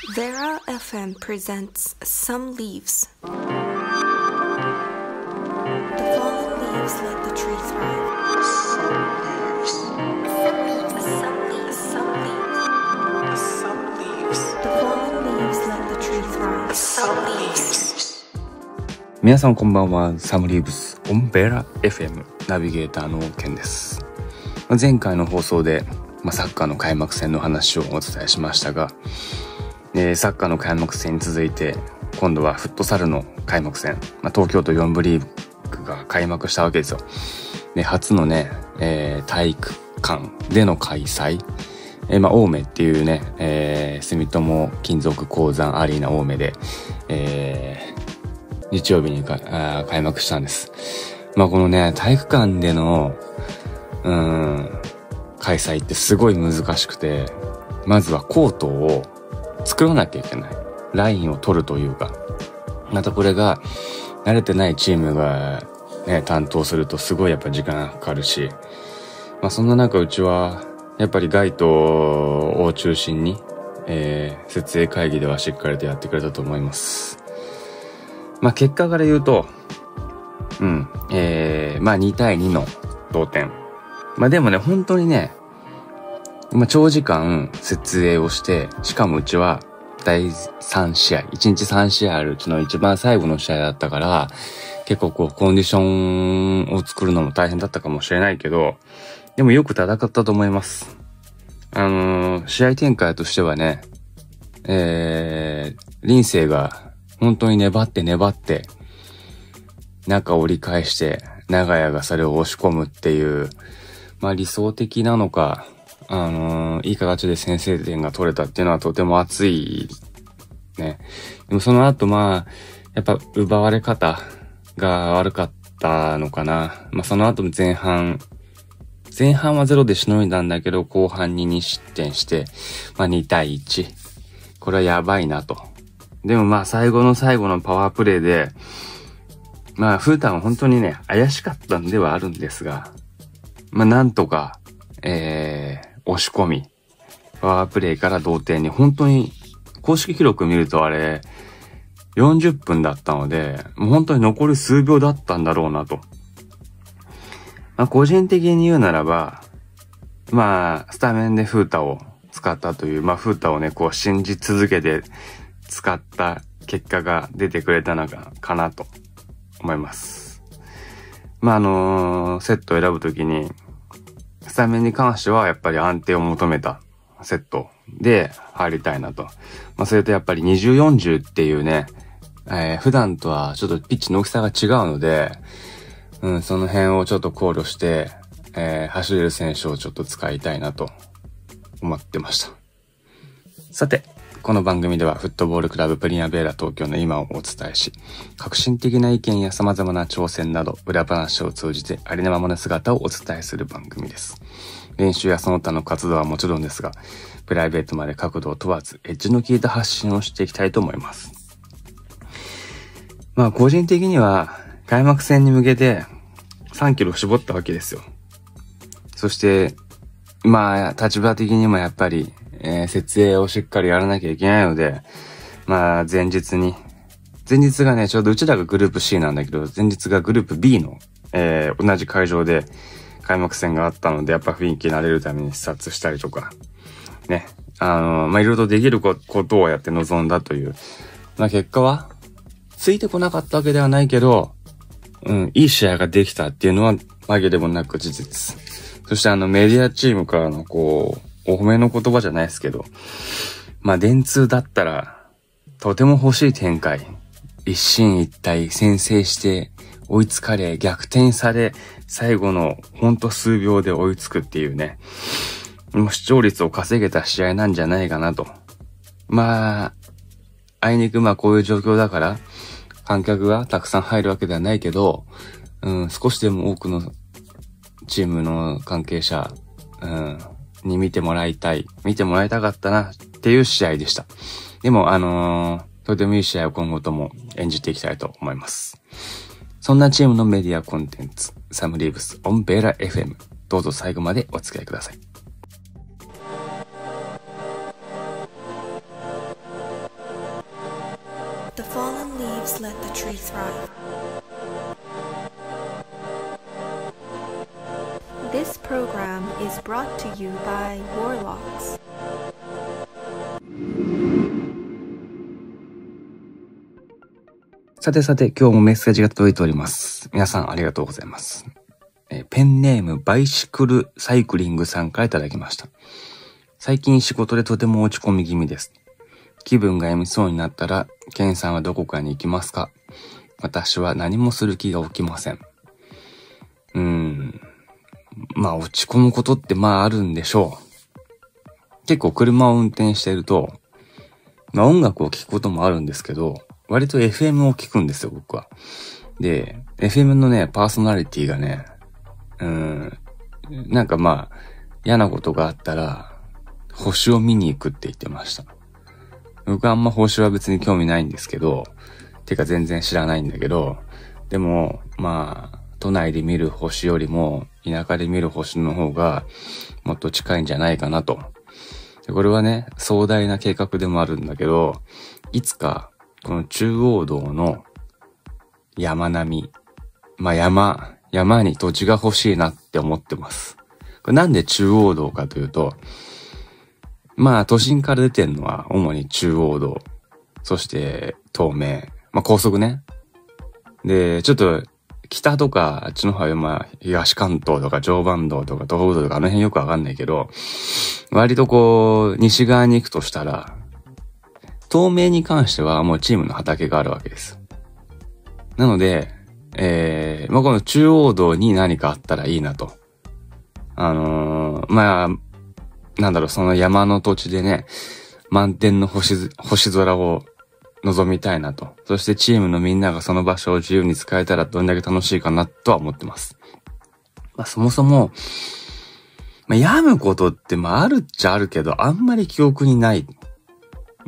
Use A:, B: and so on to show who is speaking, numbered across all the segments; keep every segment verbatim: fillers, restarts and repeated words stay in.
A: Vera エフエム presents Some Leaves. The fallen leaves let the tree thrive. Some leaves. Some leaves. Some leaves. Some leaves. The fallen leaves let the tree thrive. Some leaves.
B: 皆さんこんばんは。サムリーブスオンベラ エフエム ナビゲーターのケンです。前回の放送で、まあ、サッカーの開幕戦の話をお伝えしましたが、えー、サッカーの開幕戦に続いて今度はフットサルの開幕戦、まあ、東京都よん部リーグが開幕したわけですよ。で初のね、えー、体育館での開催、えーまあ、青梅っていうね、えー、住友金属鉱山アリーナ青梅で、えー、日曜日にかあ開幕したんです。まあこのね体育館でのうーん開催ってすごい難しくて、まずはコートを作らなきゃいけない。ラインを取るというか。またこれが慣れてないチームがね、担当するとすごいやっぱ時間がかかるし、まあそんな中うちはやっぱりガイドを中心に、えー、設営会議ではしっかりとやってくれたと思います。まあ結果から言うと、うん、えー、まあに対にの同点。まあでもね、本当にね、まあ、長時間設営をして、しかもうちはだいさん試合、いちにちさん試合あるうちの一番最後の試合だったから、結構こうコンディションを作るのも大変だったかもしれないけど、でもよく戦ったと思います。あのー、試合展開としてはね、えー、林星が本当に粘って粘って、中を折り返して、長屋がそれを押し込むっていう、まあ理想的なのか、あのー、いい形で先制点が取れたっていうのはとても熱いね。でもその後まあ、やっぱ奪われ方が悪かったのかな。まあその後前半、前半はゼロでしのいだんだけど、後半にに失点して、まあに対いち。これはやばいなと。でもまあ最後の最後のパワープレイで、まあフータンは本当にね、怪しかったんではあるんですが、まあなんとか、えー、押し込み、パワープレイから同点に、本当に公式記録見るとあれよんじゅっぷんだったので、もう本当に残り数秒だったんだろうなと。まあ個人的に言うならば、まあスタメンでフータを使ったという、まあフータをねこう信じ続けて使った結果が出てくれたのかかなと思います。まああのー、セットを選ぶときに。スタメンに関してはやっぱり安定を求めたセットで入りたいなと。まあそれとやっぱりにじゅうよんじゅうっていうね、えー、普段とはちょっとピッチの大きさが違うので、うん、その辺をちょっと考慮して、えー、走れる選手をちょっと使いたいなと思ってました。さて、この番組ではフットボールクラブプリマベーラ東京の今をお伝えし、革新的な意見や様々な挑戦など裏話を通じてありのままの姿をお伝えする番組です。練習やその他の活動はもちろんですが、プライベートまで角度を問わずエッジの効いた発信をしていきたいと思います。まあ個人的には開幕戦に向けてさんキロ絞ったわけですよ。そしてまあ立場的にもやっぱりえー、設営をしっかりやらなきゃいけないので、まあ前日に、前日がね、ちょうどうちらがグループ C なんだけど、前日がグループ B の、えー、同じ会場で開幕戦があったので、やっぱ雰囲気慣れるために視察したりとか、ね、あのー、まあいろいろとできることをやって臨んだという、まあ結果は、ついてこなかったわけではないけど、うん、いい試合ができたっていうのは紛れもなく事実。そしてあのメディアチームからのこう、お褒めの言葉じゃないですけど、まあ電通だったらとても欲しい展開、一進一退先制して追いつかれ逆転され最後のほんと数秒で追いつくっていうね、もう視聴率を稼げた試合なんじゃないかなと。まああいにくまあこういう状況だから観客がたくさん入るわけではないけど、うん、少しでも多くのチームの関係者、うんに見てもらいたい、見てもらいたかったなっていう試合でした。でもあのー、とてもいい試合を今後とも演じていきたいと思います。そんなチームのメディアコンテンツ、サムリーブスオンベーラ エフエム、どうぞ最後までお付き合いください。
A: The fallen leaves let the tree thrive. This program is brought to you by Warlocks.
B: さてさて、今日もメッセージが届いております。皆さんありがとうございます。えー、ペンネームバイシクルサイクリングさんからいただきました。最近仕事でとても落ち込み気味です。気分が病みそうになったら、ケンさんはどこかに行きますか？私は何もする気が起きません。うーん。まあ落ち込むことってまああるんでしょう。結構車を運転していると、まあ音楽を聴くこともあるんですけど、割と エフエム を聞くんですよ、僕は。で、エフエム のね、パーソナリティがね、うーん、なんかまあ、嫌なことがあったら、星を見に行くって言ってました。僕はあんま星は別に興味ないんですけど、てか全然知らないんだけど、でも、まあ、都内で見る星よりも、田舎で見る星の方が、もっと近いんじゃないかなと。でこれはね、壮大な計画でもあるんだけど、いつか、この中央道の山並み。まあ山、山に土地が欲しいなって思ってます。これなんで中央道かというと、まあ都心から出てるのは主に中央道。そして東名。まあ高速ね。で、ちょっと北とかあっちの方はまあ東関東とか常磐道とか東北道とかあの辺よくわかんないけど、割とこう西側に行くとしたら、東名に関してはもうチームの畑があるわけです。なので、えー、まあ、この中央道に何かあったらいいなと。あのー、まあ、なんだろう、その山の土地でね、満天の星、星空を望みたいなと。そしてチームのみんながその場所を自由に使えたらどんだけ楽しいかなとは思ってます。まあ、そもそも、まあ、病むことってまああるっちゃあるけど、あんまり記憶にない。うん。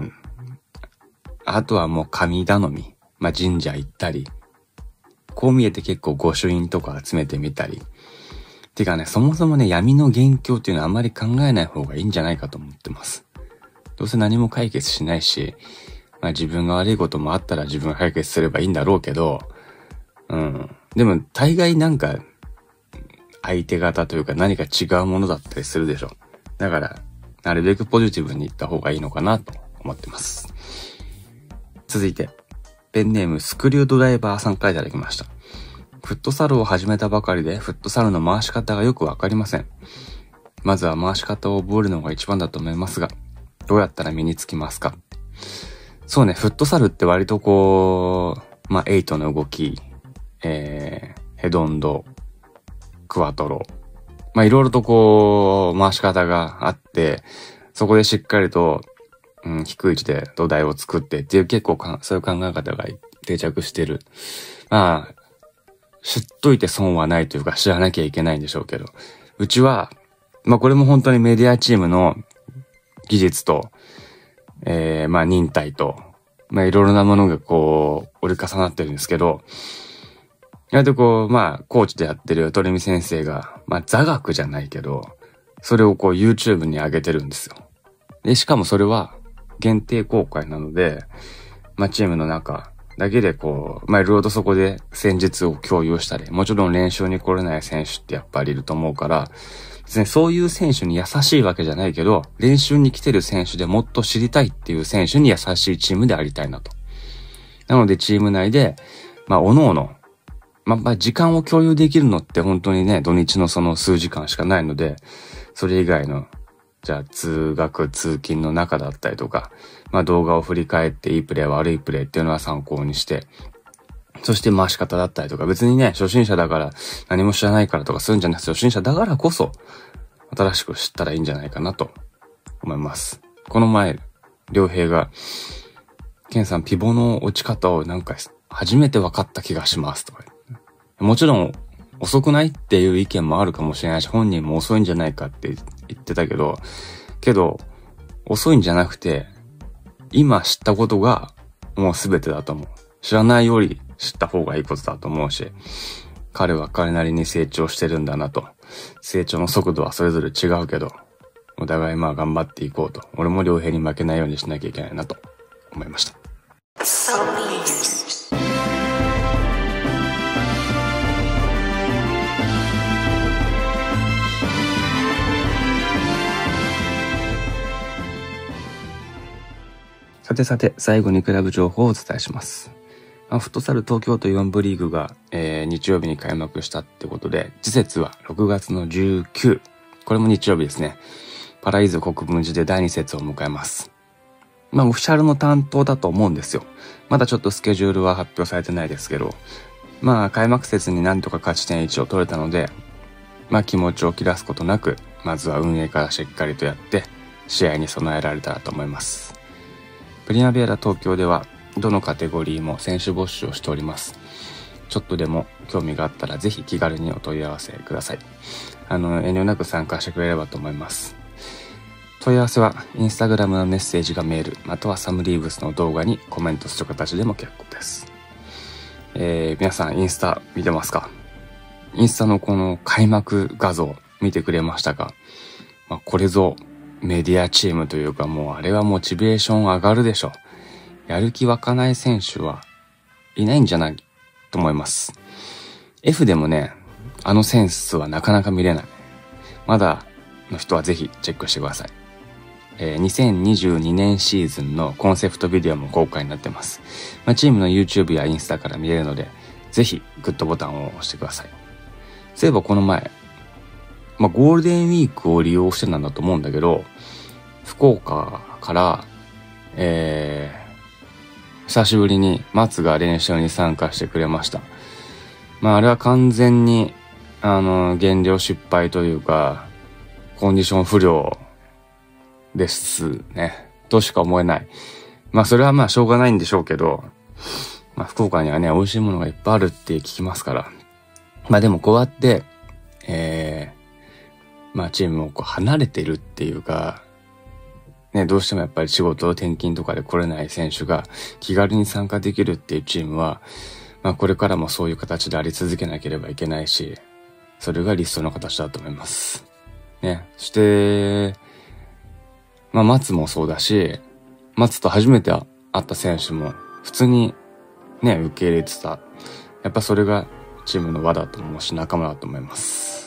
B: あとはもう神頼み。まあ、神社行ったり。こう見えて結構御朱印とか集めてみたり。てかね、そもそもね、闇の元凶っていうのはあんまり考えない方がいいんじゃないかと思ってます。どうせ何も解決しないし、まあ自分が悪いこともあったら自分が解決すればいいんだろうけど、うん。でも大概なんか、相手方というか何か違うものだったりするでしょ。だから、なるべくポジティブにいった方がいいのかなと思ってます。続いて、ペンネームスクリュードライバーさんからいただきました。フットサルを始めたばかりでフットサルの回し方がよくわかりません。まずは回し方を覚えるのが一番だと思いますが、どうやったら身につきますか？そうね、フットサルって割とこう、まあ、エイトの動き、えー、ヘドンド、クワトロ、まあ、いろいろとこう、回し方があって、そこでしっかりと、うん、低い位置で土台を作ってっていう結構か、そういう考え方が定着してる。まあ、知っといて損はないというか知らなきゃいけないんでしょうけど、うちは、まあこれも本当にメディアチームの技術と、えー、まあ忍耐と、まあいろいろなものがこう、折り重なってるんですけど、やはりこう、まあコーチでやってるトレミ先生が、まあ座学じゃないけど、それをこう YouTube に上げてるんですよ。で、しかもそれは限定公開なので、まあチームの中だけでこう、まあいろいろとそこで戦術を共有したり、もちろん練習に来れない選手ってやっぱりいると思うから、別にそういう選手に優しいわけじゃないけど、練習に来てる選手でもっと知りたいっていう選手に優しいチームでありたいなと。なのでチーム内で、まあ各々、まあ時間を共有できるのって本当にね、土日のその数時間しかないので、それ以外の、じゃあ通学通勤の中だったりとか、まあ動画を振り返っていいプレー悪いプレーっていうのは参考にして、そして回し方だったりとか、別にね、初心者だから何も知らないからとかするんじゃなくて、初心者だからこそ新しく知ったらいいんじゃないかなと思います。この前、良平が、ケンさんピボの落ち方をなんか初めて分かった気がしますとか。もちろん遅くないっていう意見もあるかもしれないし、本人も遅いんじゃないかって言ってたけど、けど、遅いんじゃなくて、今知ったことがもう全てだと思う。知らないより知った方がいいことだと思うし、彼は彼なりに成長してるんだなと。成長の速度はそれぞれ違うけど、お互いまあ頑張っていこうと。俺も良平に負けないようにしなきゃいけないなと思いました。 さてさて、最後にクラブ情報をお伝えします。まあ、フットサル東京都よん部リーグが、えー、日曜日に開幕したってことで、次節はろくがつのじゅうく、これも日曜日ですね。パライズ国分寺でだいに節を迎えます。まあオフィシャルの担当だと思うんですよ。まだちょっとスケジュールは発表されてないですけど、まあ開幕節になんとか勝ち点いちを取れたので、まあ気持ちを切らすことなく、まずは運営からしっかりとやって試合に備えられたらと思います。プリマベラ東京ではどのカテゴリーも選手募集をしております。ちょっとでも興味があったらぜひ気軽にお問い合わせください。あの遠慮なく参加してくれればと思います。問い合わせはインスタグラムのメッセージがメール、またはサムリーブスの動画にコメントする形でも結構です。えー、皆さんインスタ見てますか？インスタのこの開幕画像見てくれましたか？まあ、これぞメディアチームというか、もうあれはモチベーション上がるでしょ。やる気湧かない選手はいないんじゃないと思います。F でもね、あのセンスはなかなか見れない。まだの人はぜひチェックしてください。えー、にせんにじゅうにねんシーズンのコンセプトビデオも公開になってます。まあ、チームの YouTube やインスタから見れるので、ぜひグッドボタンを押してください。そういえばこの前、まあ、ゴールデンウィークを利用してたんだと思うんだけど、福岡から、えー、久しぶりに松が練習に参加してくれました。まああれは完全に、あの、減量失敗というか、コンディション不良ですね。としか思えない。まあそれはまあしょうがないんでしょうけど、まあ福岡にはね、美味しいものがいっぱいあるって聞きますから。まあでもこうやって、えー、まあチームをこう離れてるっていうか、ね、どうしてもやっぱり仕事を転勤とかで来れない選手が気軽に参加できるっていうチームは、まあこれからもそういう形であり続けなければいけないし、それが理想の形だと思います。ね、そして、まあ松もそうだし、松と初めて会った選手も普通にね、受け入れてた。やっぱそれがチームの輪だと思うし仲間だと思います。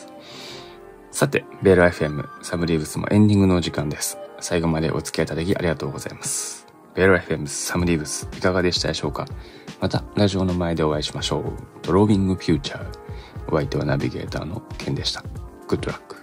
B: さて、ベール エフエム サムリーブスもエンディングのお時間です。最後までお付き合いいただきありがとうございます。ベール エフエム サムリーブスいかがでしたでしょうか？またラジオの前でお会いしましょう。ドロービングフューチャー。お相手はナビゲーターのケンでした。グッドラック。